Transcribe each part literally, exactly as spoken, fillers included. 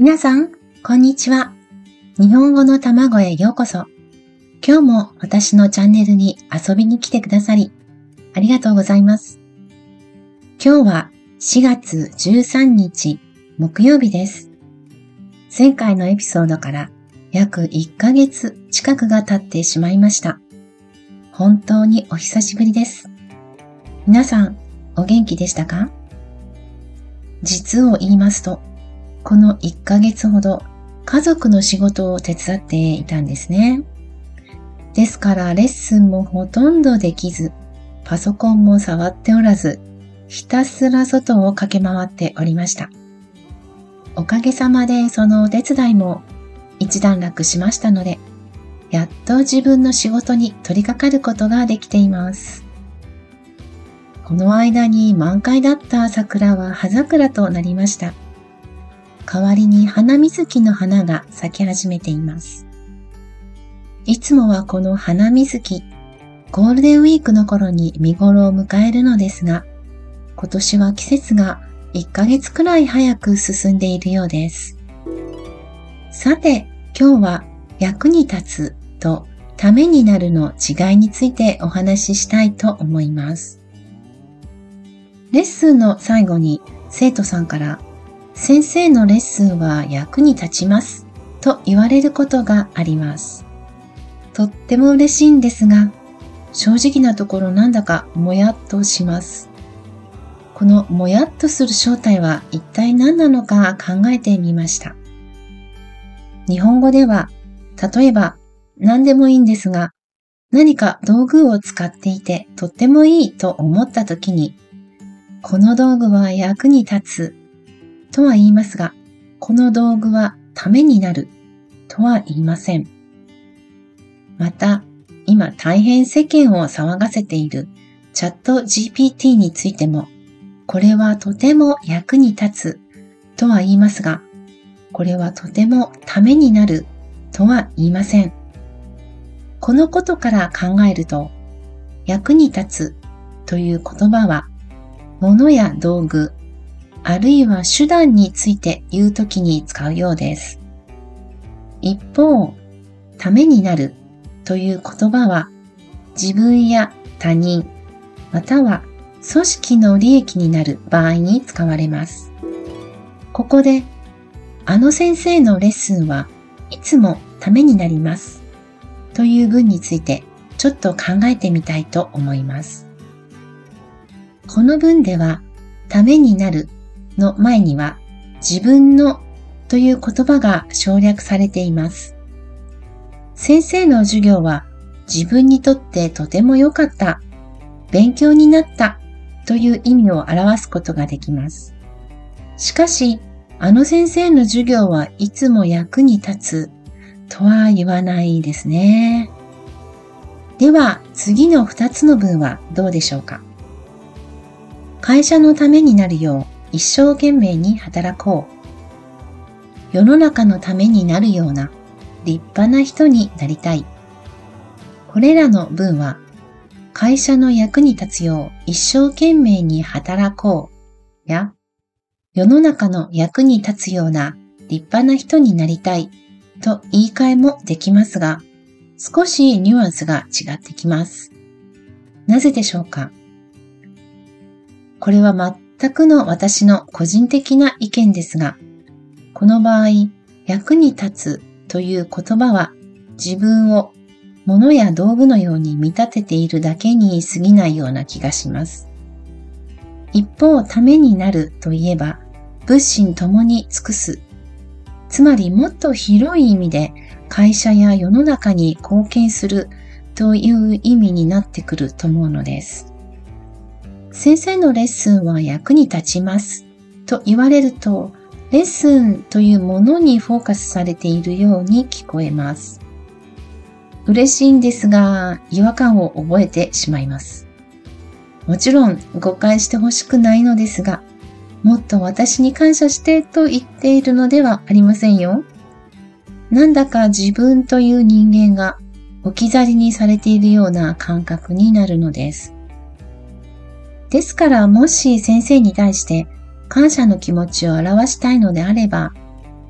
皆さん、こんにちは。日本語の卵へようこそ。今日も私のチャンネルに遊びに来てくださり、ありがとうございます。今日はしがつじゅうさんにち木曜日です。前回のエピソードから約いっかげつ近くが経ってしまいました。本当にお久しぶりです。皆さん、お元気でしたか？実を言いますと、このいっかげつほど家族の仕事を手伝っていたんですね。ですからレッスンもほとんどできず、パソコンも触っておらず、ひたすら外を駆け回っておりました。おかげさまでそのお手伝いも一段落しましたので、やっと自分の仕事に取り掛かることができています。この間に満開だった桜は葉桜となりました。代わりに花水木の花が咲き始めています。いつもはこの花水木、ゴールデンウィークの頃に見頃を迎えるのですが、今年は季節がいっかげつくらい早く進んでいるようです。さて、今日は役に立つとためになるの違いについてお話ししたいと思います。レッスンの最後に生徒さんから先生のレッスンは役に立ちますと言われることがあります。とっても嬉しいんですが、正直なところなんだかもやっとします。このもやっとする正体は一体何なのか考えてみました。日本語では、例えば何でもいいんですが、何か道具を使っていてとってもいいと思ったときに、この道具は役に立つとは言いますが、この道具はためになるとは言いません。また、今大変世間を騒がせているチャット ジーピーティー についても、これはとても役に立つとは言いますが、これはとてもためになるとは言いません。このことから考えると、役に立つという言葉は、物や道具、あるいは手段について言うときに使うようです。一方、ためになるという言葉は自分や他人、または組織の利益になる場合に使われます。ここで、あの先生のレッスンはいつもためになりますという文についてちょっと考えてみたいと思います。この文では、ためになるの前には自分のという言葉が省略されています。先生の授業は自分にとってとても良かった、勉強になったという意味を表すことができます。しかし、あの先生の授業はいつも役に立つとは言わないですね。では次のふたつの文はどうでしょうか。会社のためになるよう一生懸命に働こう。世の中のためになるような立派な人になりたい。これらの文は会社の役に立つよう一生懸命に働こうや世の中の役に立つような立派な人になりたいと言い換えもできますが、少しニュアンスが違ってきます。なぜでしょうか。これは全くの私の個人的な意見ですが、この場合、役に立つという言葉は自分を物や道具のように見立てているだけに過ぎないような気がします。一方、ためになるといえば、物心ともに尽くす。つまりもっと広い意味で会社や世の中に貢献するという意味になってくると思うのです。先生のレッスンは役に立ちますと言われると、レッスンというものにフォーカスされているように聞こえます。嬉しいんですが、違和感を覚えてしまいます。もちろん誤解してほしくないのですが、もっと私に感謝してと言っているのではありませんよ。なんだか自分という人間が置き去りにされているような感覚になるのです。ですからもし先生に対して感謝の気持ちを表したいのであれば、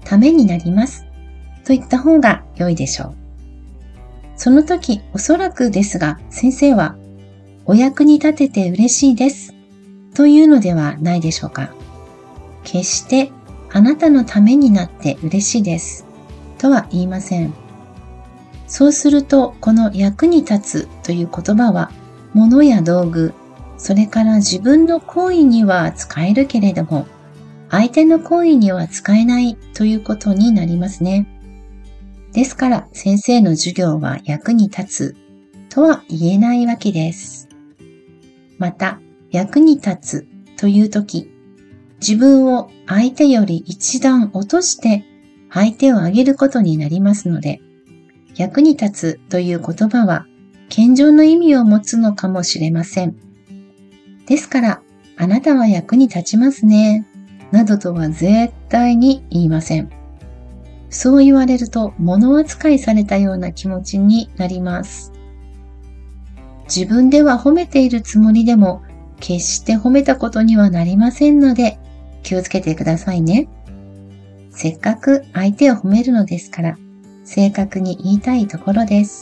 ためになりますと言った方が良いでしょう。その時、おそらくですが、先生はお役に立てて嬉しいですというのではないでしょうか。決してあなたのためになって嬉しいですとは言いません。そうすると、この役に立つという言葉は、物や道具、それから自分の行為には使えるけれども、相手の行為には使えないということになりますね。ですから先生の授業は役に立つとは言えないわけです。また、役に立つというとき、自分を相手より一段落として相手を上げることになりますので、役に立つという言葉は謙譲の意味を持つのかもしれません。ですから、あなたは役に立ちますね、などとは絶対に言いません。そう言われると物扱いされたような気持ちになります。自分では褒めているつもりでも、決して褒めたことにはなりませんので、気をつけてくださいね。せっかく相手を褒めるのですから、正確に言いたいところです。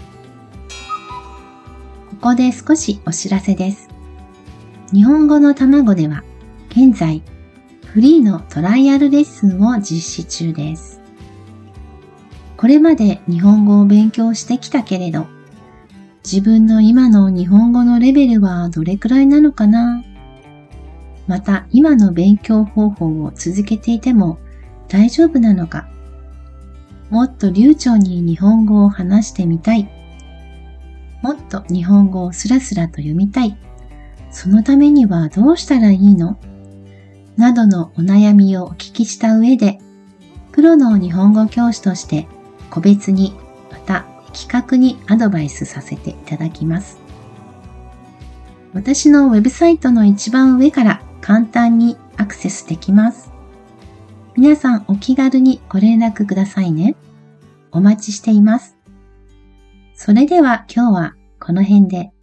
ここで少しお知らせです。日本語の卵では、現在、フリーのトライアルレッスンを実施中です。これまで日本語を勉強してきたけれど、自分の今の日本語のレベルはどれくらいなのかな？また今の勉強方法を続けていても大丈夫なのか？もっと流暢に日本語を話してみたい。もっと日本語をスラスラと読みたい。そのためにはどうしたらいいの？などのお悩みをお聞きした上で、プロの日本語教師として個別にまた的確にアドバイスさせていただきます。私のウェブサイトの一番上から簡単にアクセスできます。皆さんお気軽にご連絡くださいね。お待ちしています。それでは今日はこの辺で。